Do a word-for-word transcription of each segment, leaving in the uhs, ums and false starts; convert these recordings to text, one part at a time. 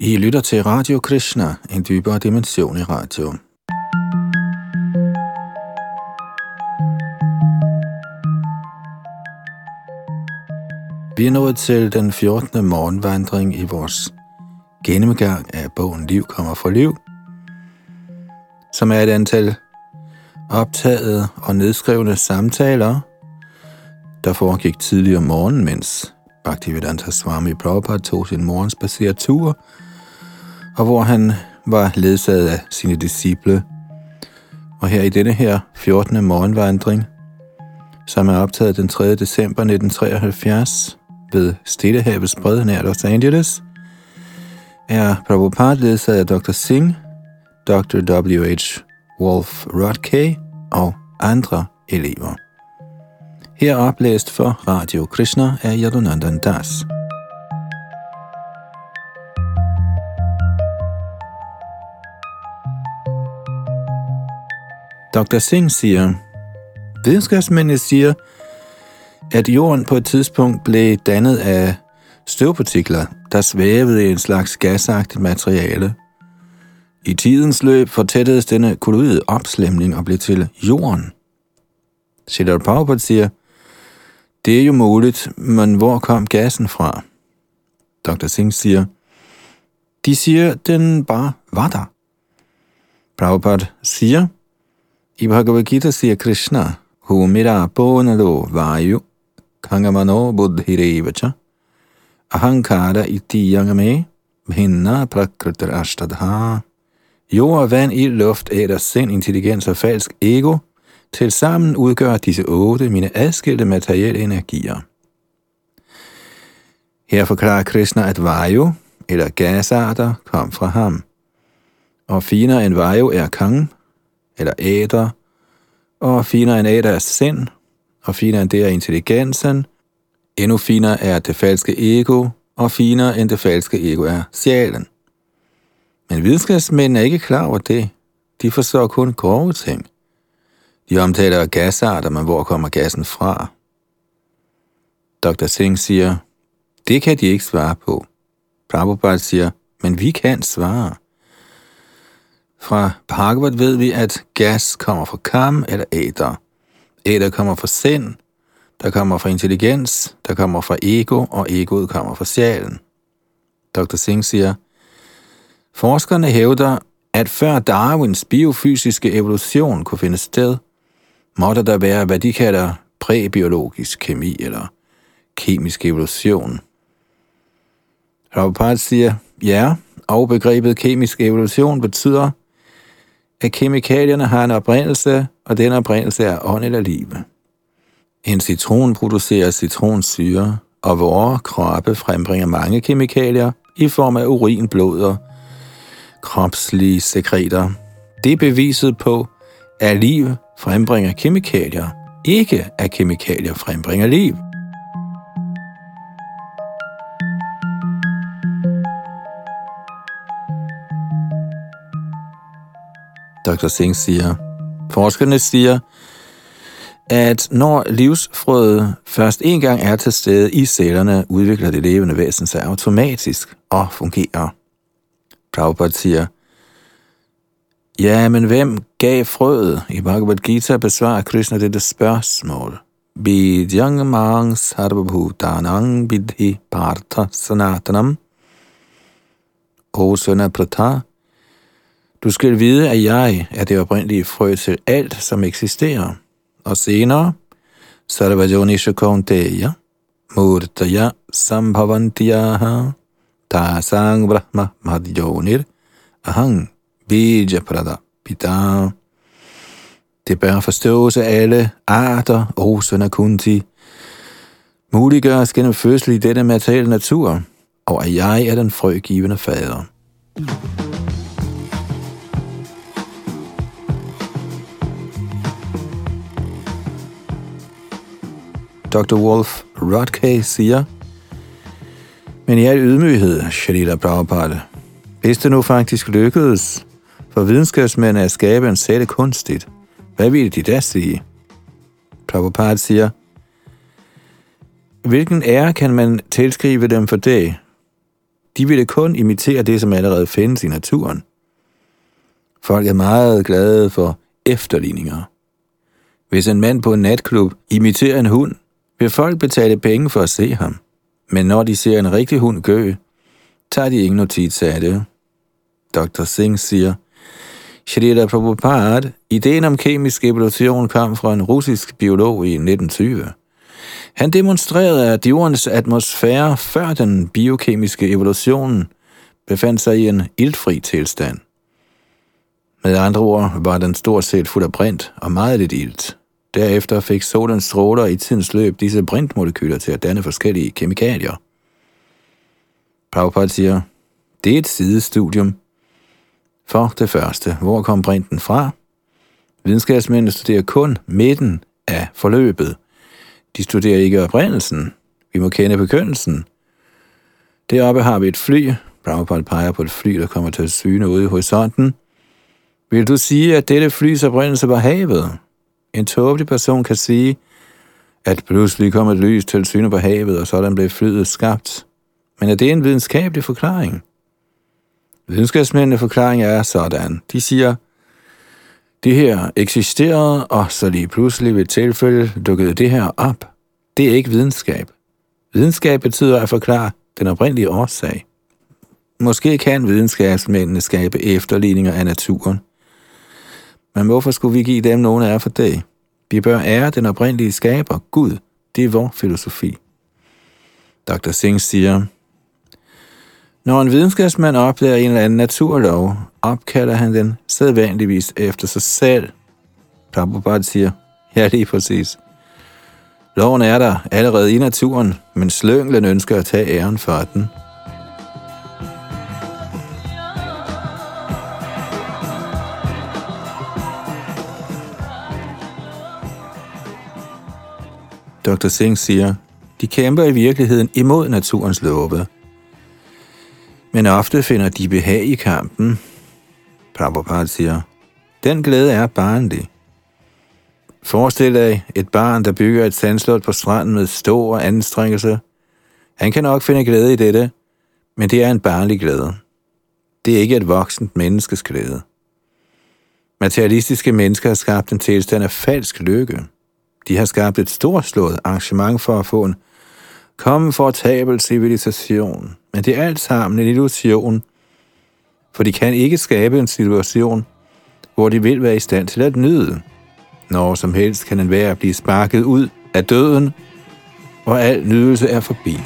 I lytter til Radio Krishna, en dybere dimension i radio. Vi er nået til den fjortende morgenvandring i vores gennemgang af bogen Liv kommer fra liv, som er et antal optagede og nedskrevne samtaler, der foregik tidligere om morgenen, mens Bhaktivedanta Swami Prabhupada tog sin morgensbaserede tur, og hvor han var ledsaget af sine disciple. Og her i denne her fjortende morgenvandring, som er optaget den tredje december nitten treoghalvfjerds ved Stillehavets bred nær Los Angeles, er Prabhupada ledsaget af doktor Singh, doktor W H Wolf Rodkay og andre elever. Her oplæst for Radio Krishna af Yadunandan Das. doktor Singh siger, videnskabsmændene siger, at jorden på et tidspunkt blev dannet af støvpartikler, der svævede i en slags gasagtigt materiale. I tidens løb fortættedes denne kolloide opslemning og blev til jorden. Sridhar Prabhupada siger, det er jo muligt, men hvor kom gassen fra? doktor Singh siger, de siger, den bare var der. Prabhupada siger, i Bhagavad Gita siger Krishna, Humira bonalo vayu, kangamano buddhirevacha, ahankara iti yangame, bhinna prakritar ashtadha. Jord, vand, ild, luft, æter, sind, intelligens og falsk ego, tilsammen udgør disse otte mine adskilte materielle energier. Her forklarer Krishna, at vayu, eller gasarter, kom fra ham. Og finere end vayu er kang, eller æter, og finere end æter er sind, og finere end det er intelligensen, endnu finere er det falske ego, og finere end det falske ego er sjælen. Men videnskabsmændene er ikke klar over det. De forstår kun grove ting. De omtaler gasarter, men hvor kommer gassen fra? doktor Singh siger, det kan de ikke svare på. Prabhupada siger, men vi kan svare. Fra Bhagavad ved vi, at gas kommer fra kam eller æter. Æter kommer fra sind, der kommer fra intelligens, der kommer fra ego, og egoet kommer fra sjælen. doktor Singh siger, forskerne hævder, at før Darwins biofysiske evolution kunne finde sted, måtte der være, hvad de kalder præbiologisk kemi eller kemisk evolution. Prabhupada siger, ja, og begrebet kemisk evolution betyder, at kemikalierne har en oprindelse, og den oprindelse er ånd eller liv. En citron producerer citronsyre, og vores kroppe frembringer mange kemikalier i form af urin, blod og kropslige sekreter. Det er beviset på, at liv frembringer kemikalier, ikke at kemikalier frembringer liv. doktor Singh siger, forskerne siger, at når livsfrøet først en gang er til stede i cellerne, udvikler det levende væsen sig automatisk og fungerer. Prabhupada siger, ja, men hvem gav frøet? I Bhagavad Gita besvarer Krishna dette spørgsmål. Bidyang mang sarvabhutanang vidhi partha sanatanam. O søn af Pratha, du skal vide, at jeg er det oprindelige frø til alt, som eksisterer. Og senere, sarvajonisha kaunteya, murtaya sambhavantiyaha, tasang brahma madhyonir, ahang bija prada pita. Det bør forstås af alle arter, o søn af Kunti, muliggøres gennem fødsel i denne materielle natur, og at jeg er den frøgivende fader. doktor Wolf Rodkay siger, men i al ydmyghed, Shrila Prabhupada, hvis det nu faktisk lykkedes for videnskabsmænd at skabe en sætte kunstigt, hvad ville de da sige? Prabhupada siger, hvilken ære kan man tilskrive dem for det? De ville kun imitere det, som allerede findes i naturen. Folk er meget glade for efterligninger. Hvis en mand på en natklub imiterer en hund, vil folk betale penge for at se ham. Men når de ser en rigtig hund gø, tager de ingen notits af det. doktor Singh siger, Shrila Prabhupada, ideen om kemisk evolution kom fra en russisk biolog i nitten tyve. Han demonstrerede, at jordens atmosfære før den biokemiske evolution befandt sig i en iltfri tilstand. Med andre ord var den stort set fuld af brint og meget lidt ilt. Derefter fik solens stråler i tidens løb disse brintmolekyler til at danne forskellige kemikalier. Prabhupada siger, det er et sidestudium. For det første, hvor kom brinten fra? Videnskabsmændene studerer kun midten af forløbet. De studerer ikke oprindelsen. Vi må kende begyndelsen. Deroppe har vi et fly. Prabhupada peger på et fly, der kommer til syne ude i horisonten. Vil du sige, at dette flys oprindelse var havet? En tåbelig person kan sige, at pludselig kom et lys til syne på havet, og sådan blev flyet skabt. Men er det en videnskabelig forklaring? Videnskabsmændenes forklaring er sådan. De siger, det her eksisterede, og så lige pludselig ved et tilfælde dukkede det her op. Det er ikke videnskab. Videnskab betyder at forklare den oprindelige årsag. Måske kan videnskabsmændene skabe efterligninger af naturen. Men hvorfor skulle vi give dem nogen ære for det? Vi bør ære den oprindelige skaber, Gud. Det er vor filosofi. doktor Singh siger, når en videnskabsmand opdager en eller anden naturlov, opkalder han den sædvanligvis efter sig selv. Prabhupada siger, ja lige præcis. Loven er der allerede i naturen, men slynglen ønsker at tage æren for den. doktor Singh siger, de kæmper i virkeligheden imod naturens love. Men ofte finder de behag i kampen. Prabhupada siger, den glæde er barnlig. Forestil dig et barn, der bygger et sandslot på stranden med stor anstrengelse. Han kan nok finde glæde i dette, men det er en barnlig glæde. Det er ikke et voksent menneskes glæde. Materialistiske mennesker har skabt en tilstand af falsk lykke. De har skabt et storslået arrangement for at få en komfortabel civilisation. Men det er alt sammen en illusion, for de kan ikke skabe en situation, hvor de vil være i stand til at nyde. Når som helst kan enhver blive sparket ud af døden, og al nydelse er forbi.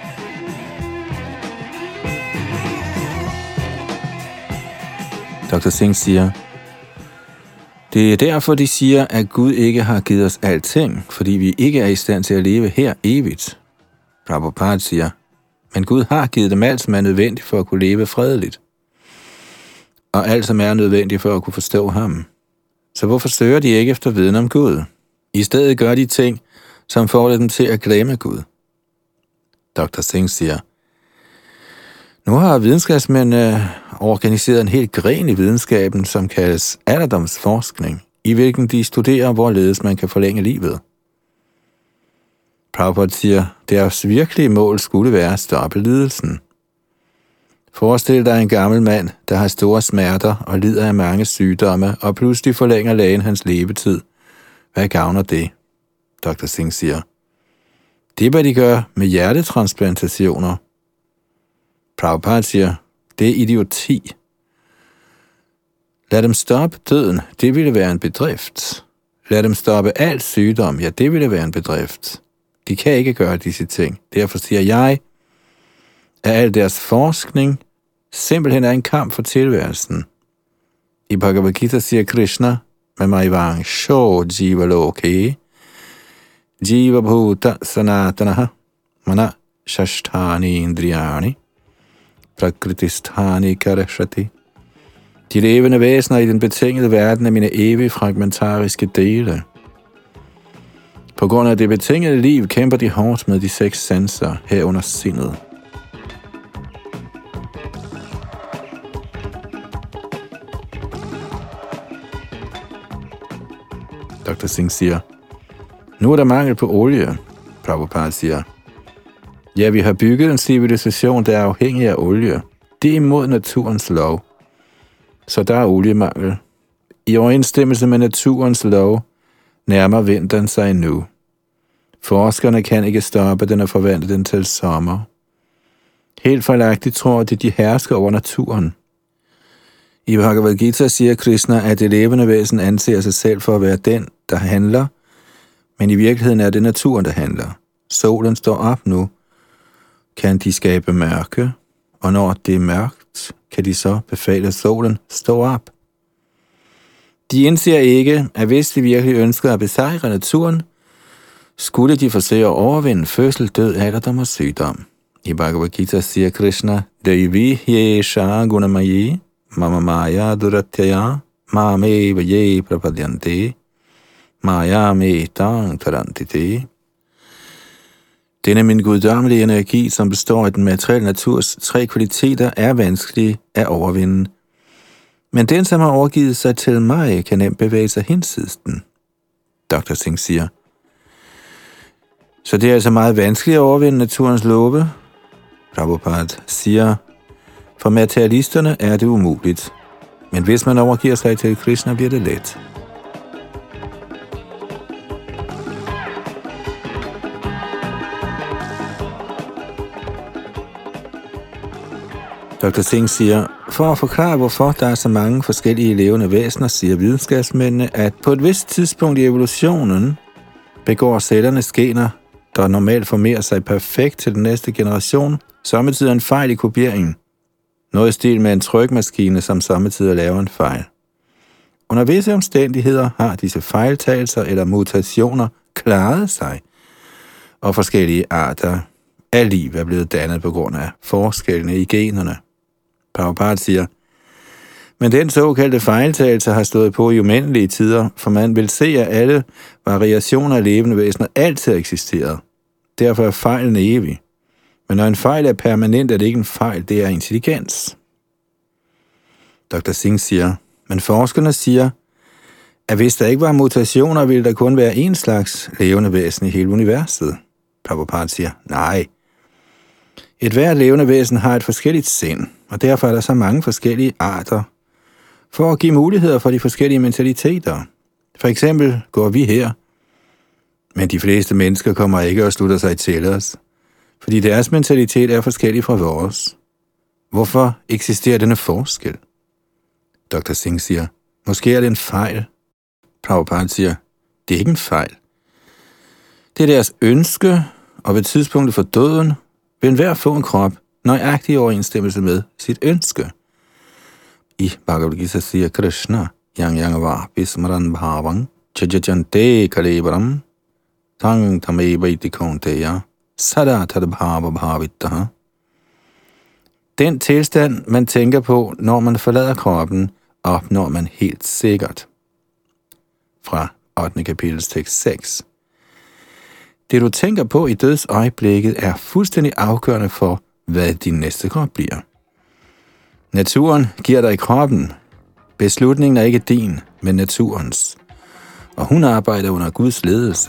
doktor Singh siger, det er derfor, de siger, at Gud ikke har givet os alting, fordi vi ikke er i stand til at leve her evigt. Prabhupada siger, men Gud har givet dem alt, som er nødvendigt for at kunne leve fredeligt. Og alt, som er nødvendigt for at kunne forstå ham. Så hvorfor søger de ikke efter viden om Gud? I stedet gør de ting, som får dem til at glemme Gud. doktor Singh siger, nu har videnskabsmændene organiseret en helt gren i videnskaben, som kaldes alderdomsforskning, i hvilken de studerer, hvorledes man kan forlænge livet. Prabhupada siger, deres virkelige mål skulle være at stoppe lidelsen. Forestil dig en gammel mand, der har store smerter og lider af mange sygdomme, og pludselig forlænger lægen hans levetid. Hvad gavner det? doktor Singh siger, det er, hvad de gør med hjertetransplantationer. Prabhupada siger, det er idioti. Lad dem stoppe døden, det ville være en bedrift. Lad dem stoppe al sygdom, ja, det ville være en bedrift. De kan ikke gøre disse ting. Derfor siger jeg, at al deres forskning simpelthen er en kamp for tilværelsen. I Bhagavad Gita siger Krishna, Mamaivang Sho Jiva Loke, Jiva Bhuta Sanatanaha, Mana Shashtani Indriyani, Prakritisthani Karashati. De levende væsener i den betingede verden er mine evige fragmentariske dele. På grund af det betingede liv kæmper de hårdt med de seks sanser herunder sindet. doktor Singh siger, nu er der mangel på olie. Prabhupada siger, Ja, vi har bygget en civilisation, der er afhængig af olie. Det er imod naturens lov. Så der er oliemangel. I overensstemmelse med naturens lov nærmer vinteren sig nu. Forskerne kan ikke stoppe den og forvente den til sommer. Helt fejlagtigt tror de, de hersker over naturen. I Bhagavad Gita siger Krishna, at det levende væsen anser sig selv for at være den, der handler, men i virkeligheden er det naturen, der handler. Solen står op nu. Kan de skabe mørke? Og når det er mørkt, kan de så befale solen stå op? De indser ikke, at hvis de virkelig ønsker at besejre naturen, skulle de forsøge at overvinde fødsel, død, alderdom og sygdom. I Bhagavad Gita siger Krishna, Devi yesha gunamayi, mama maya duratyaya, mameva ye prapadyante, maya me tang tarantite. Denne min guddommelige energi, som består af den materielle naturs tre kvaliteter, er vanskelig at overvinde. Men den, som har overgivet sig til mig, kan nemt bevæge sig hinsides den. doktor Singh siger, så det er altså meget vanskeligt at overvinde naturens love. Prabhupada siger, for materialisterne er det umuligt. Men hvis man overgiver sig til Krishna, bliver det let. doktor Singh siger, for at forklare, hvorfor der er så mange forskellige levende væsener, siger videnskabsmændene, at på et vist tidspunkt i evolutionen begår cellernes gener, der normalt formerer sig perfekt til den næste generation, samtidig en fejl i kopieringen. Noget i stil med en trykmaskine, som samtidig laver en fejl. Under visse omstændigheder har disse fejltagelser eller mutationer klaret sig, og forskellige arter af liv er blevet dannet på grund af forskellene i generne. Prabhupada siger, men den såkaldte fejltagelse har stået på i umindelige tider, for man vil se, at alle variationer af levende væsener altid har eksisteret. Derfor er fejlen evig. Men når en fejl er permanent, er det ikke en fejl, det er intelligens. doktor Singh siger, men forskerne siger, at hvis der ikke var mutationer, ville der kun være én slags levende væsen i hele universet. Prabhupada siger, nej. Et hvert levende væsen har et forskelligt sind, og derfor er der så mange forskellige arter, for at give muligheder for de forskellige mentaliteter. For eksempel går vi her, men de fleste mennesker kommer ikke og slutter sig til os, fordi deres mentalitet er forskellig fra vores. Hvorfor eksisterer denne forskel? doktor Singh siger, måske er det en fejl. Prabhupada siger, det er ikke en fejl. Det er deres ønske, og ved tidspunktet for døden vil enhver få en krop nøjagtig overensstemmelse med sit ønske. I Bhagavad Gita siger Krishna, yang yang va pismaran bhavang, chajajante kalevaram, tang tameva iti kaunteya, sada tad bhava bhavitaha. Den tilstand, man tænker på, når man forlader kroppen, opnår man helt sikkert. Fra ottende kapitels tekst seks. Det du tænker på i dødsøjeblikket er fuldstændig afgørende for, hvad din næste krop bliver. Naturen giver dig kroppen. Beslutningen er ikke din, men naturens. Og hun arbejder under Guds ledelse.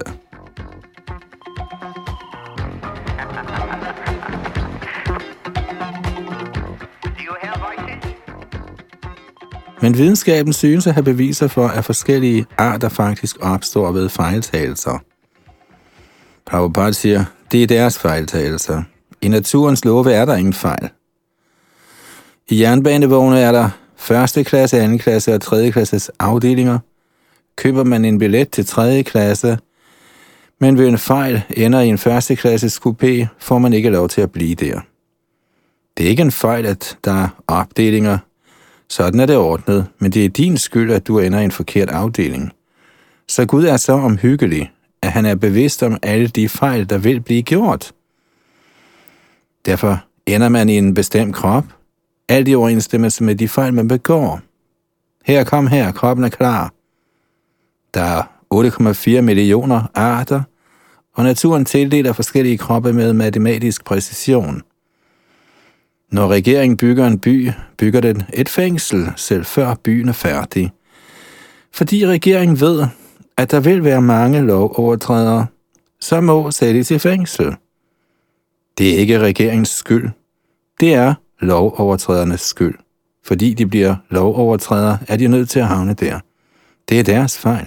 Men videnskaben synes at have beviser for, at forskellige arter faktisk opstår ved fejltagelser. Prabhupada siger, det er deres fejltagelser. I naturens love er der ingen fejl. I jernbanevogne er der første klasse, anden klasse og tredje klasses afdelinger. Køber man en billet til tredje klasse, men ved en fejl ender i en første klasses kupé, får man ikke lov til at blive der. Det er ikke en fejl, at der er opdelinger. Sådan er det ordnet, men det er din skyld, at du ender i en forkert afdeling. Så Gud er så omhyggelig, at han er bevidst om alle de fejl, der vil blive gjort. Derfor ender man i en bestemt krop, alt i overensstemmelse med de fejl, man begår. Her, kom her, kroppen er klar. Der er otte komma fire millioner arter, og naturen tildeler forskellige kroppe med matematisk præcision. Når regeringen bygger en by, bygger den et fængsel, selv før byen er færdig. Fordi regeringen ved, at der vil være mange lovovertrædere, så må sættes i fængsel. Det er ikke regeringens skyld. Det er lovovertrædernes skyld. Fordi de bliver lovovertrædere, er de nødt til at havne der. Det er deres fejl.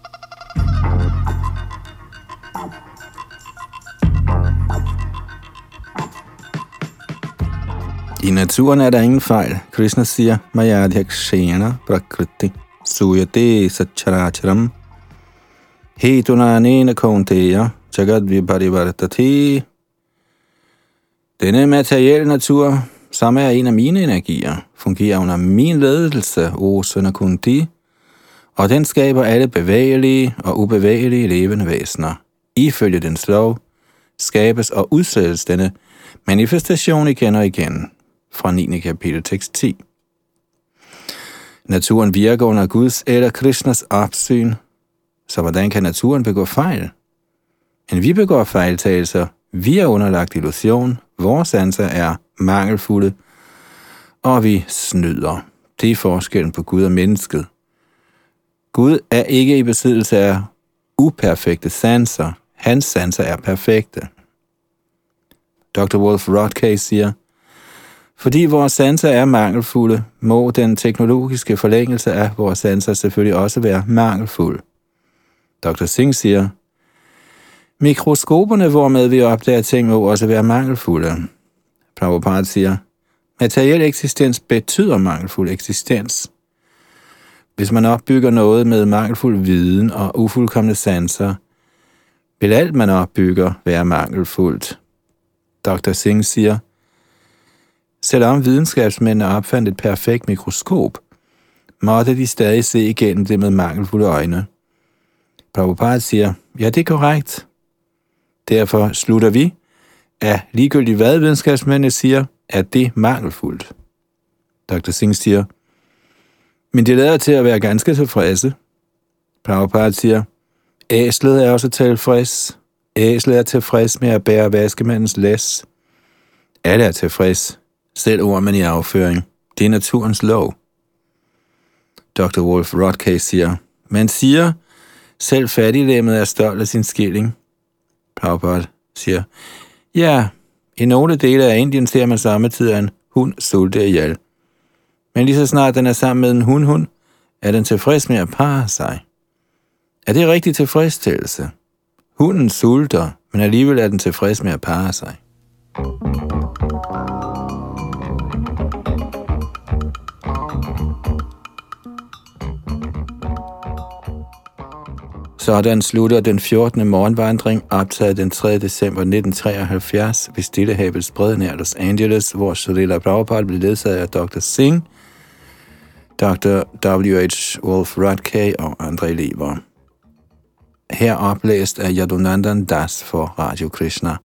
I naturen er der ingen fejl. Krishna siger, Mayadhyakshena prakriti suyate satcharacharam hetunanena kaunteya jagad viparivartati. Denne materielle natur, som er en af mine energier, fungerer under min ledelse, o søn af Kunti, og den skaber alle bevægelige og ubevægelige levende væsener. Ifølge dens lov skabes og udsættes denne manifestation igen og igen. Fra niende kapitel tekst ti. Naturen virker under Guds eller Krishnas opsyn, så hvordan kan naturen begå fejl? Men vi begår fejltagelser, vi er underlagt illusion, vores sanser er mangelfulde, og vi snyder. Det er forskellen på Gud og mennesket. Gud er ikke i besiddelse af uperfekte sanser. Hans sanser er perfekte. doktor Wolf Rodkay siger, fordi vores sanser er mangelfulde, må den teknologiske forlængelse af vores sanser selvfølgelig også være mangelfuld. doktor Singh siger, mikroskoperne, hvormed vi opdager ting, må også være mangelfulde. Prabhupada siger, materiel eksistens betyder mangelfuld eksistens. Hvis man opbygger noget med mangelfuld viden og ufuldkomne sanser, vil alt man opbygger være mangelfuldt. doktor Singh siger, selvom videnskabsmændene opfandt et perfekt mikroskop, måtte de stadig se igennem det med mangelfulde øjne. Prabhupada siger, ja, det er korrekt. Derfor slutter vi, at ligegyldigt hvad videnskabsmændene siger, at det er mangelfuldt. doktor Singh siger, men det lader til at være ganske tilfredse. Prabhupada siger, æslet er også tilfreds. Æslet er tilfreds med at bære vaskemandens læs. Alle er tilfreds. Selv ormen i afføring. Det er naturens lov. doktor Wolf Rodkay siger, man siger, selv fattiglemmet er stolt af sin skilling. Prabhupada siger, ja, i nogle dele af Indien ser man samtidig en hund sulte ihjel. Men lige så snart den er sammen med en hundhund, er den tilfreds med at parre sig. Er det rigtig tilfredsstillelse? Hunden sulter, men alligevel er den tilfreds med at parre sig. Sådan slutter den fjortende morgenvandring, optaget den tredje december nitten treoghalvfjerds ved Stillehavets bred nær Los Angeles, hvor Srila Prabhupada blev ledsaget af doktor Singh, doktor W H Wolf Rodkay og andre elever. Her oplæst af Yadunandan Das for Radio Krishna.